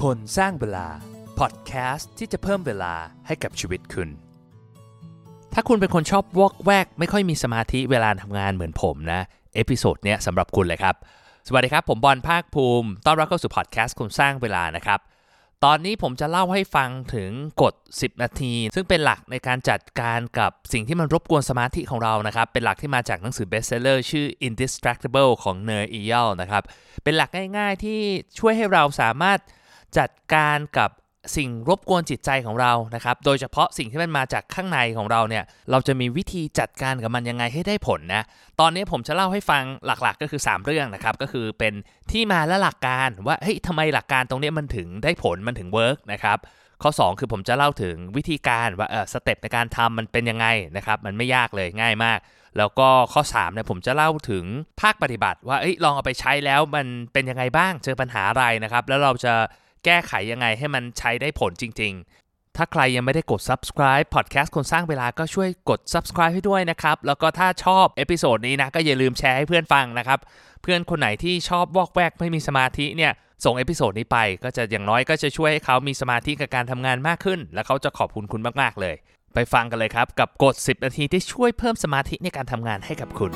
คนสร้างเวลาพอดแคสต์ที่จะเพิ่มเวลาให้กับชีวิตคุณถ้าคุณเป็นคนชอบวอกแวกไม่ค่อยมีสมาธิเวลาทำงานเหมือนผมนะเอพิโซดเนี้ยสำหรับคุณเลยครับสวัสดีครับผมบอลภาคภูมิต้อนรับเข้าสู่พอดแคสต์คนสร้างเวลานะครับตอนนี้ผมจะเล่าให้ฟังถึงกฎ10นาทีซึ่งเป็นหลักในการจัดการกับสิ่งที่มันรบกวนสมาธิของเรานะครับเป็นหลักที่มาจากหนังสือเบสต์เซลเลอร์ชื่อ Indistractable ของเนย์ อีเยลนะครับเป็นหลักง่ายๆที่ช่วยให้เราสามารถจัดการกับสิ่งรบกวนจิตใจของเรานะครับโดยเฉพาะสิ่งที่มันมาจากข้างในของเราเนี่ยเราจะมีวิธีจัดการกับมันยังไงให้ได้ผลนะตอนนี้ผมจะเล่าให้ฟังหลักๆก็คือ3เรื่องนะครับก็คือเป็นที่มาและหลักการว่าเฮ้ยทำไมหลักการตรงนี้มันถึงได้ผลมันถึงเวิร์กนะครับข้อ2คือผมจะเล่าถึงวิธีการว่าสเต็ปในการทำมันเป็นยังไงนะครับมันไม่ยากเลยง่ายมากแล้วก็ข้อ3เนี่ยผมจะเล่าถึงภาคปฏิบัติว่าลองเอาไปใช้แล้วมันเป็นยังไงบ้างเจอปัญหาอะไรนะครับแล้วเราจะแก้ไขยังไงให้มันใช้ได้ผลจริงๆถ้าใครยังไม่ได้กด subscribe podcast คนสร้างเวลาก็ช่วยกด subscribe ให้ด้วยนะครับแล้วก็ถ้าชอบเอพิโซดนี้นะก็อย่าลืมแชร์ให้เพื่อนฟังนะครับเพื่อนคนไหนที่ชอบวอกแวกไม่มีสมาธิเนี่ยส่งเอพิโซดนี้ไปก็จะอย่างน้อยก็จะช่วยให้เขามีสมาธิกับการทำงานมากขึ้นและเขาจะขอบคุณคุณมากๆเลยไปฟังกันเลยครับกับกฎ10นาทีที่ช่วยเพิ่มสมาธิในการทำงานให้กับคุณ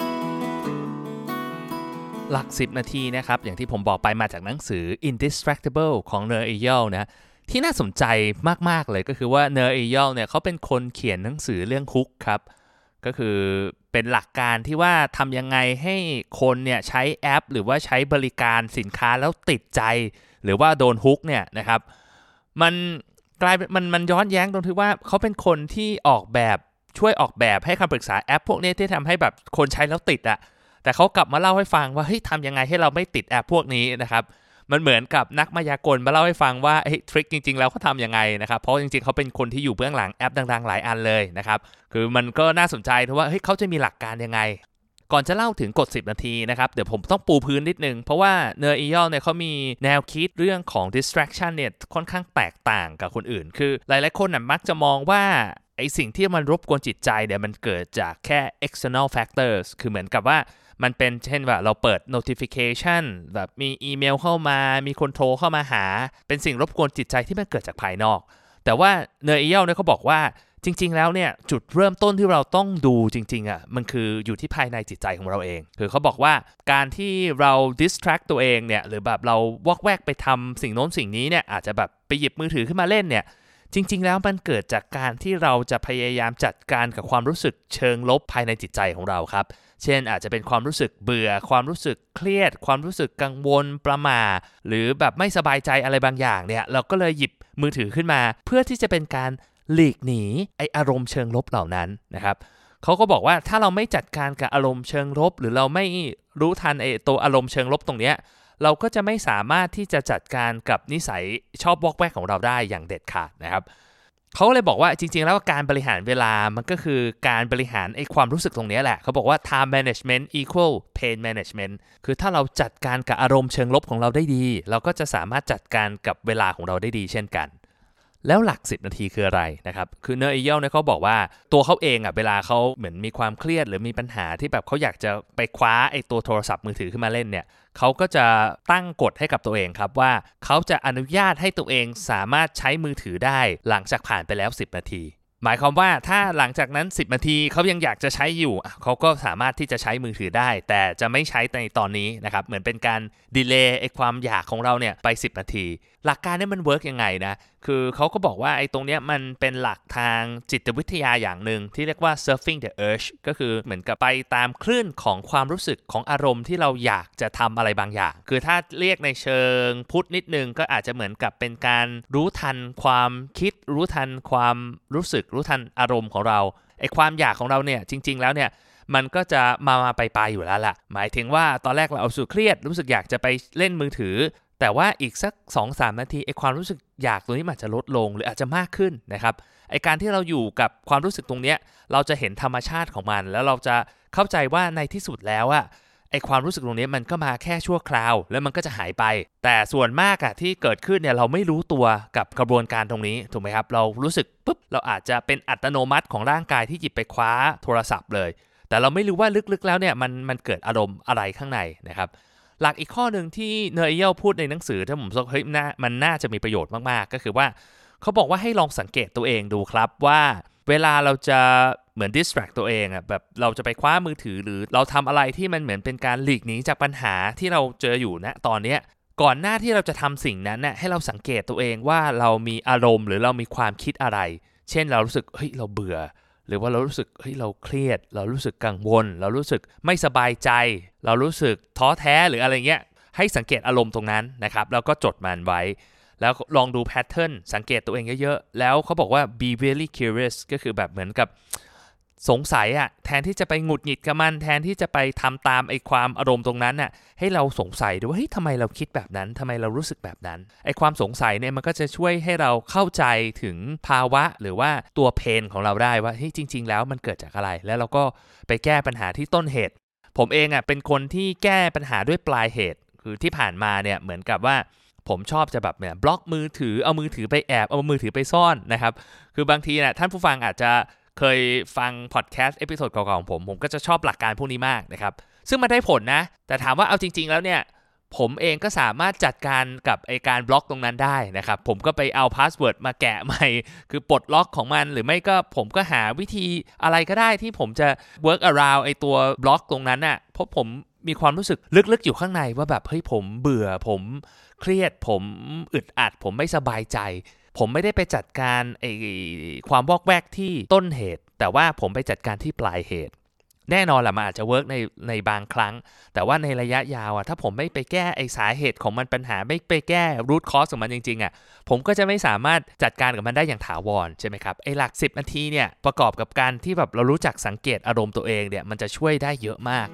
หลัก10นาทีนะครับอย่างที่ผมบอกไปมาจากหนังสือ Indistractable ของเนย์ อีเยลนะที่น่าสนใจมากๆเลยก็คือว่าเนย์ อีเยลเนี่ยเขาเป็นคนเขียนหนังสือเรื่องฮุกครับก็คือเป็นหลักการที่ว่าทำยังไงให้คนเนี่ยใช้แอปหรือว่าใช้บริการสินค้าแล้วติดใจหรือว่าโดนฮุกเนี่ยนะครับมันกลายเป็นมันย้อนแย้งตรงที่ว่าเขาเป็นคนที่ออกแบบช่วยออกแบบให้คำปรึกษาแอปพวกนี้ที่ทำให้แบบคนใช้แล้วติดอะแต่เขากลับมาเล่าให้ฟังว่าเฮ้ยทำยังไงให้เราไม่ติดแอปพวกนี้นะครับมันเหมือนกับนักมายากลมาเล่าให้ฟังว่าทริคจริงๆแล้วเขาทำยังไงนะครับเพราะจริงๆเขาเป็นคนที่อยู่เบื้องหลังแอปดังๆหลายอันเลยนะครับคือมันก็น่าสนใจเพราะว่าเฮ้ยเขาจะมีหลักการยังไงก่อนจะเล่าถึงกฎ10นาทีนะครับเดี๋ยวผมต้องปูพื้นนิดนึงเพราะว่าเนย์ อีเยลเนี่ยเขามีแนวคิดเรื่องของ distraction เนี่ยค่อนข้างแตกต่างกับคนอื่นคือหลายๆคนมักจะมองว่าไอสิ่งที่มันรบกวนจิตใจเนี่ยมันเกิดจากแค่ external factors คือเหมือนกับว่ามันเป็นเช่นว่าเราเปิด notification แบบมีอีเมลเข้ามามีคนโทรเข้ามาหาเป็นสิ่งรบกวนจิตใจที่มันเกิดจากภายนอกแต่ว่าเนย์ อีเยลเนี่ยเขาบอกว่าจริงๆแล้วเนี่ยจุดเริ่มต้นที่เราต้องดูจริงๆมันคืออยู่ที่ภายในจิตใจของเราเองคือเขาบอกว่าการที่เรา distract ตัวเองเนี่ยหรือแบบเราวอกแวกไปทำสิ่งโน้นสิ่งนี้เนี่ยอาจจะแบบไปหยิบมือถือขึ้นมาเล่นเนี่ยจริงๆแล้วมันเกิดจากการที่เราจะพยายามจัดการกับความรู้สึกเชิงลบภายในจิตใจของเราครับเช่นอาจจะเป็นความรู้สึกเบื่อความรู้สึกเครียดความรู้สึกกังวลประหม่าหรือแบบไม่สบายใจอะไรบางอย่างเนี่ยเราก็เลยหยิบมือถือขึ้นมาเพื่อที่จะเป็นการหลีกหนีอารมณ์เชิงลบเหล่านั้นนะครับเขาก็บอกว่าถ้าเราไม่จัดการกับอารมณ์เชิงลบหรือเราไม่รู้ทันตัวอารมณ์เชิงลบตรงเนี้ยเราก็จะไม่สามารถที่จะจัดการกับนิสัยชอบวอกแวกของเราได้อย่างเด็ดขาดนะครับเขาเลยบอกว่าจริงๆแล้วการบริหารเวลามันก็คือการบริหารความรู้สึกตรงนี้แหละเขาบอกว่า time management equal pain management คือถ้าเราจัดการกับอารมณ์เชิงลบของเราได้ดีเราก็จะสามารถจัดการกับเวลาของเราได้ดีเช่นกันแล้วหลัก10นาทีคืออะไรนะครับคือเนย์ อีเยลเนี่ยเขาบอกว่าตัวเขาเองเวลาเขาเหมือนมีความเครียดหรือมีปัญหาที่แบบเขาอยากจะไปคว้าตัวโทรศัพท์มือถือขึ้นมาเล่นเนี่ยเขาก็จะตั้งกฎให้กับตัวเองครับว่าเขาจะอนุญาตให้ตัวเองสามารถใช้มือถือได้หลังจากผ่านไปแล้ว10นาทีหมายความว่าถ้าหลังจากนั้น10นาทีเขายังอยากจะใช้อยู่เขาก็สามารถที่จะใช้มือถือได้แต่จะไม่ใช้ในตอนนี้นะครับเหมือนเป็นการดีเลย์ความอยากของเราเนี่ยไป10นาทีหลักการนี้มันเวิร์กยังไงนะคือเขาก็บอกว่าตรงเนี้ยมันเป็นหลักทางจิตวิทยาอย่างหนึ่งที่เรียกว่า surfing the urge ก็คือเหมือนกับไปตามคลื่นของความรู้สึกของอารมณ์ที่เราอยากจะทำอะไรบางอย่างคือถ้าเรียกในเชิงพุทธนิดนึงก็อาจจะเหมือนกับเป็นการรู้ทันความคิดรู้ทันความรู้สึกรู้ทันอารมณ์ของเราความอยากของเราเนี่ยจริงๆแล้วเนี่ยมันก็จะมาไปอยู่แล้วล่ะหมายถึงว่าตอนแรกเราเอาสุดเครียดรู้สึกอยากจะไปเล่นมือถือแต่ว่าอีกสัก 2-3 นาทีความรู้สึกอยากตัวนี้มันจะลดลงหรืออาจจะมากขึ้นนะครับการที่เราอยู่กับความรู้สึกตรงเนี้ยเราจะเห็นธรรมชาติของมันแล้วเราจะเข้าใจว่าในที่สุดแล้วความรู้สึกตรงนี้มันก็มาแค่ชั่วคราวแล้วมันก็จะหายไปแต่ส่วนมากที่เกิดขึ้นเนี่ยเราไม่รู้ตัวกับกระบวนการตรงนี้ถูกไหมครับเรารู้สึกปุ๊บเราอาจจะเป็นอัตโนมัติของร่างกายที่หยิบไปคว้าโทรศัพท์เลยแต่เราไม่รู้ว่าลึกๆแล้วเนี่ยมันเกิดอารมณ์อะไรข้างในนะครับหลักอีกข้อหนึ่งที่เนอร์เอเยลพูดในหนังสือถ้าผมรู้สึกเฮ้ยมันน่าจะมีประโยชน์มากๆก็คือว่าเขาบอกว่าให้ลองสังเกตตัวเองดูครับว่าเวลาเราจะเหมือน distract ตัวเองอ่ะแบบเราจะไปคว้ามือถือหรือเราทำอะไรที่มันเหมือนเป็นการหลีกหนีจากปัญหาที่เราเจออยู่นะตอนเนี้ยก่อนหน้าที่เราจะทำสิ่งนั้นน่ะให้เราสังเกตตัวเองว่าเรามีอารมณ์หรือเรามีความคิดอะไรเช่นเรารู้สึกเฮ้ยเราเบื่อหรือว่าเรารู้สึกเฮ้ยเราเครียดเรารู้สึกกังวลเรารู้สึกไม่สบายใจเรารู้สึกท้อแท้หรืออะไรเงี้ยให้สังเกตอารมณ์ตรงนั้นนะครับแล้วก็จดมันไว้แล้วลองดูแพทเทิร์นสังเกตตัวเองเยอะๆแล้วเขาบอกว่า be really curious ก็คือแบบเหมือนกับสงสัยอะแทนที่จะไปหงุดหงิดกับมันแทนที่จะไปทำตามไอ้ความอารมณ์ตรงนั้นน่ะให้เราสงสัยดูว่าเฮ้ยทำไมเราคิดแบบนั้นทำไมเรารู้สึกแบบนั้นไอ้ความสงสัยเนี่ยมันก็จะช่วยให้เราเข้าใจถึงภาวะหรือว่าตัวเพนของเราได้ว่าเฮ้ยจริงๆแล้วมันเกิดจากอะไรแล้วเราก็ไปแก้ปัญหาที่ต้นเหตุผมเองอะเป็นคนที่แก้ปัญหาด้วยปลายเหตุคือที่ผ่านมาเนี่ยเหมือนกับว่าผมชอบจะแบบเนี่ยบล็อกมือถือเอามือถือไปแอบเอามือถือไปซ่อนนะครับคือบางทีนะท่านผู้ฟังอาจจะเคยฟังพอดแคสต์เอพิโซดเก่าๆของผมก็จะชอบหลักการพวกนี้มากนะครับซึ่งมันได้ผลนะแต่ถามว่าเอาจริงๆแล้วเนี่ยผมเองก็สามารถจัดการกับไอ้การบล็อกตรงนั้นได้นะครับผมก็ไปเอาพาสเวิร์ดมาแกะใหม่คือปลดล็อกของมันหรือไม่ก็ผมก็หาวิธีอะไรก็ได้ที่ผมจะ work around ไอ้ตัวบล็อกตรงนั้นน่ะเพราะผมมีความรู้สึกลึกๆอยู่ข้างในว่าแบบเฮ้ยผมเบื่อผมเครียดผมอึดอัดผมไม่สบายใจผมไม่ได้ไปจัดการไอ้ความวอกแวกที่ต้นเหตุแต่ว่าผมไปจัดการที่ปลายเหตุแน่นอนแหละมันอาจจะเวิร์กในบางครั้งแต่ว่าในระยะยาวถ้าผมไม่ไปแก้ไอ้สาเหตุของมันปัญหาไม่ไปแก้ root cause ของมันจริงๆผมก็จะไม่สามารถจัดการกับมันได้อย่างถาวรใช่ไหมครับไอ้หลัก10นาทีเนี่ยประกอบกับการที่แบบเรารู้จักสังเกตอารมณ์ตัวเองเนี่ยมันจะช่วยได้เยอะมาก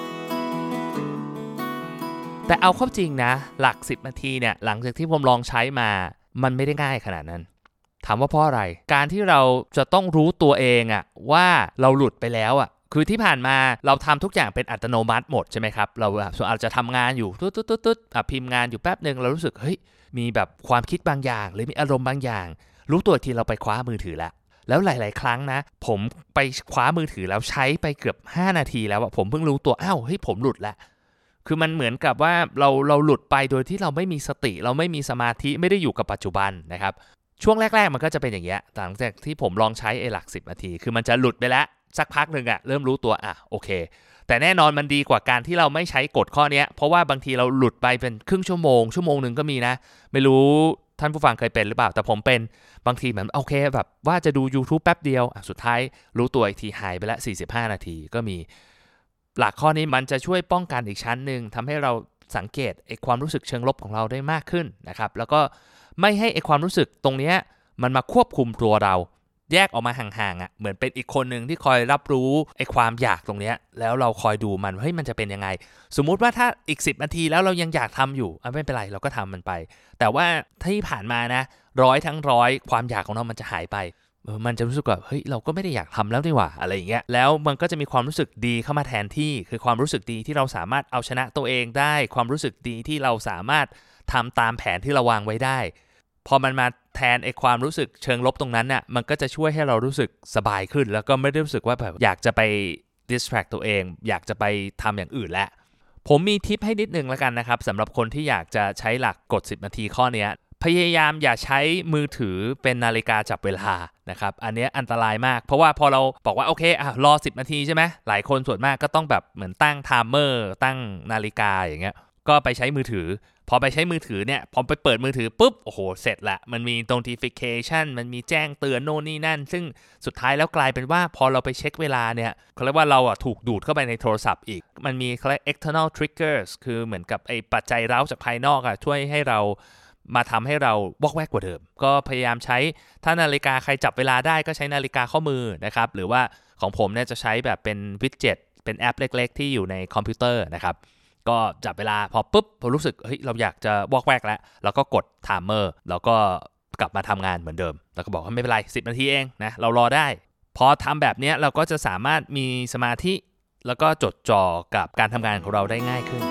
แต่เอาเข้าจริงนะหลัก10นาทีเนี่ยหลังจากที่ผมลองใช้มามันไม่ได้ง่ายขนาดนั้นถามว่าเพราะอะไรการที่เราจะต้องรู้ตัวเองว่าเราหลุดไปแล้วคือที่ผ่านมาเราทำทุกอย่างเป็นอัตโนมัติหมดใช่ไหมครับเราอาจจะทำงานอยู่ตุ๊ดพิมพ์งานอยู่แป๊บนึงเรารู้สึกเฮ้ยมีแบบความคิดบางอย่างหรือมีอารมณ์บางอย่างรู้ตัวทีเราไปคว้ามือถือแล้วหลายๆครั้งนะผมไปคว้ามือถือแล้วใช้ไปเกือบ5นาทีแล้วผมเพิ่งรู้ตัวเฮ้ยผมหลุดแล้วคือมันเหมือนกับว่าเราหลุดไปโดยที่เราไม่มีสติเราไม่มีสมาธิไม่ได้อยู่กับปัจจุบันนะครับช่วงแรกๆมันก็จะเป็นอย่างเงี้ยหลังจากที่ผมลองใช้ไอ้หลัก10นาทีคือมันจะหลุดไปแล้วสักพักหนึ่งเริ่มรู้ตัวโอเคแต่แน่นอนมันดีกว่าการที่เราไม่ใช้กฎข้อนี้เพราะว่าบางทีเราหลุดไปเป็นครึ่งชั่วโมงนึงก็มีนะไม่รู้ท่านผู้ฟังเคยเป็นหรือเปล่าแต่ผมเป็นบางทีเหมือนโอเคแบบว่าจะดู YouTube แป๊บเดียวสุดท้ายรู้ตัวอีกทีหายไปแล้ว45นาทีก็มีหลักข้อนี้มันจะช่วยป้องกันอีกชั้นหนึ่งทำให้เราสังเกตไอ้ความรู้สึกเชิงลบของเราได้มากขึ้นนะครับแล้วก็ไม่ให้ไอ้ความรู้สึกตรงนี้มันมาควบคุมตัวเราแยกออกมาห่างๆเหมือนเป็นอีกคนหนึ่งที่คอยรับรู้ไอ้ความอยากตรงนี้แล้วเราคอยดูมันเฮ้ยมันจะเป็นยังไงสมมุติว่าถ้าอีก10นาทีแล้วเรายังอยากทำอยู่ไม่เป็นไรเราก็ทำมันไปแต่ว่าที่ผ่านมานะ100ทั้ง100ความอยากของเรามันจะหายไปมันจะรู้สึกว่าเฮ้ยเราก็ไม่ได้อยากทำแล้วนี่หว่าอะไรอย่างเงี้ยแล้วมันก็จะมีความรู้สึกดีเข้ามาแทนที่คือความรู้สึกดีที่เราสามารถเอาชนะตัวเองได้ความรู้สึกดีที่เราสามารถทำตามแผนที่เราวางไว้ได้พอมันมาแทนไอ้ความรู้สึกเชิงลบตรงนั้นมันก็จะช่วยให้เรารู้สึกสบายขึ้นแล้วก็ไม่ได้รู้สึกว่าแบบอยากจะไป distract ตัวเองอยากจะไปทำอย่างอื่นแล้วผมมีทิปให้นิดนึงแล้วกันนะครับสำหรับคนที่อยากจะใช้หลักกฎ10นาทีข้อนี้พยายามอย่าใช้มือถือเป็นนาฬิกาจับเวลานะครับอันนี้อันตรายมากเพราะว่าพอเราบอกว่าโอเครอ10นาทีใช่ไหมหลายคนส่วนมากก็ต้องแบบเหมือนตั้งไทม์เมอร์ตั้งนาฬิกาอย่างเงี้ยก็ไปใช้มือถือพอไปใช้มือถือเนี่ยพอไปเปิดมือถือปุ๊บโอ้โหเสร็จละมันมี notification มันมีแจ้งเตือนโน่นนี่นั่นซึ่งสุดท้ายแล้วกลายเป็นว่าพอเราไปเช็คเวลาเนี่ยเขาเรียกว่าเราถูกดูดเข้าไปในโทรศัพท์อีกมันมีเขาเรียก external triggers คือเหมือนกับไอ้ปัจจัยเร้าจากภายนอกช่วยให้เรามาทำให้เราวอกแวกกว่าเดิมก็พยายามใช้ถ้านาฬิกาใครจับเวลาได้ก็ใช้นาฬิกาข้อมือนะครับหรือว่าของผมเนี่ยจะใช้แบบเป็นวิดเจ็ตเป็นแอปเล็กๆที่อยู่ในคอมพิวเตอร์นะครับก็จับเวลาพอปุ๊บพอรู้สึกเฮ้ยเราอยากจะวอกแวกแล้วเราก็กดไทม์เมอร์แล้วก็กลับมาทำงานเหมือนเดิมแล้วก็บอกว่าไม่เป็นไร10นาทีเองนะเรารอได้พอทำแบบนี้เราก็จะสามารถมีสมาธิแล้วก็จดจ่อกับการทำงานของเราได้ง่ายขึ้น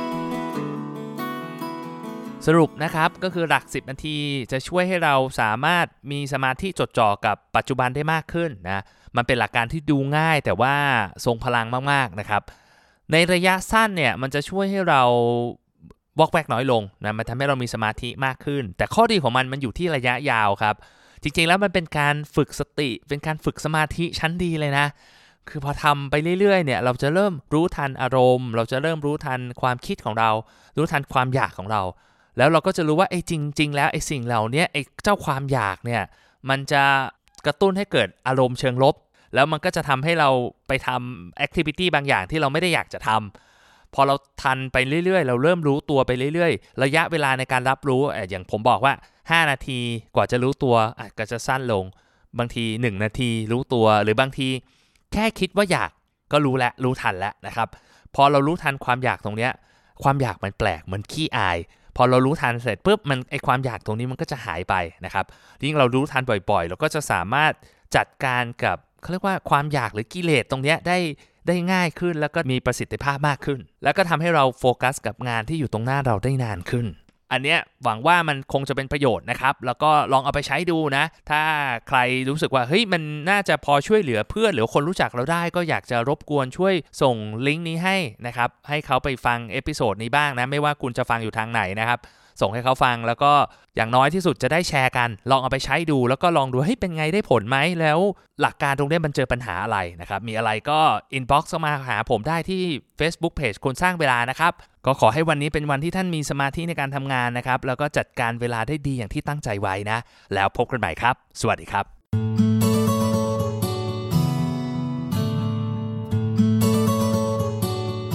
สรุปนะครับก็คือหลัก10นาทีจะช่วยให้เราสามารถมีสมาธิจดจ่อกับปัจจุบันได้มากขึ้นนะมันเป็นหลักการที่ดูง่ายแต่ว่าทรงพลังมากๆนะครับในระยะสั้นเนี่ยมันจะช่วยให้เราวอกแวกน้อยลงนะมันทำให้เรามีสมาธิมากขึ้นแต่ข้อดีของมันอยู่ที่ระยะยาวครับจริงๆแล้วมันเป็นการฝึกสติเป็นการฝึกสมาธิชั้นดีเลยนะคือพอทำไปเรื่อยๆเนี่ยเราจะเริ่มรู้ทันอารมณ์เราจะเริ่มรู้ทันความคิดของเรารู้ทันความอยากของเราแล้วเราก็จะรู้ว่าไอ้จริงๆแล้วไอ้สิ่งเหล่านี้ไอ้เจ้าความอยากเนี่ยมันจะกระตุ้นให้เกิดอารมณ์เชิงลบแล้วมันก็จะทำให้เราไปทำแอคทิวิตี้บางอย่างที่เราไม่ได้อยากจะทำพอเราทันไปเรื่อยๆเราเริ่มรู้ตัวไปเรื่อยๆระยะเวลาในการรับรู้อย่างผมบอกว่า5นาทีกว่าจะรู้ตัวก็จะสั้นลงบางที1นาทีรู้ตัวหรือบางทีแค่คิดว่าอยากก็รู้แล้วรู้ทันแล้วนะครับพอเรารู้ทันความอยากตรงเนี้ยความอยากมันแปลกมันขี้อายพอเรารู้ทันเสร็จปุ๊บมันไอความอยากตรงนี้มันก็จะหายไปนะครับยิ่งเรารู้ทันบ่อยๆเราก็จะสามารถจัดการกับเขาเรียกว่าความอยากหรือกิเลสตรงเนี้ยได้ง่ายขึ้นแล้วก็มีประสิทธิภาพมากขึ้นแล้วก็ทำให้เราโฟกัสกับงานที่อยู่ตรงหน้าเราได้นานขึ้นอันเนี้ยหวังว่ามันคงจะเป็นประโยชน์นะครับแล้วก็ลองเอาไปใช้ดูนะถ้าใครรู้สึกว่าเฮ้ยมันน่าจะพอช่วยเหลือเพื่อนหรือคนรู้จักเราได้ก็อยากจะรบกวนช่วยส่งลิงก์นี้ให้นะครับให้เขาไปฟังเอพิโซดนี้บ้างนะไม่ว่าคุณจะฟังอยู่ทางไหนนะครับส่งให้เขาฟังแล้วก็อย่างน้อยที่สุดจะได้แชร์กันลองเอาไปใช้ดูแล้วก็ลองดูเฮ้ยเป็นไงได้ผลไหมแล้วหลักการตรงนี้มันเจอปัญหาอะไรนะครับมีอะไรก็อินบ็อกซ์เข้ามาหาผมได้ที่ Facebook Page คนสร้างเวลานะครับก็ขอให้วันนี้เป็นวันที่ท่านมีสมาธิในการทำงานนะครับแล้วก็จัดการเวลาได้ดีอย่างที่ตั้งใจไว้นะแล้วพบกันใหม่ครับสวัสดีครับ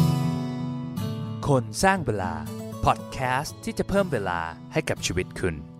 คนสร้างเวลาพอดแคสต์ที่จะเพิ่มเวลาให้กับชีวิตคุณ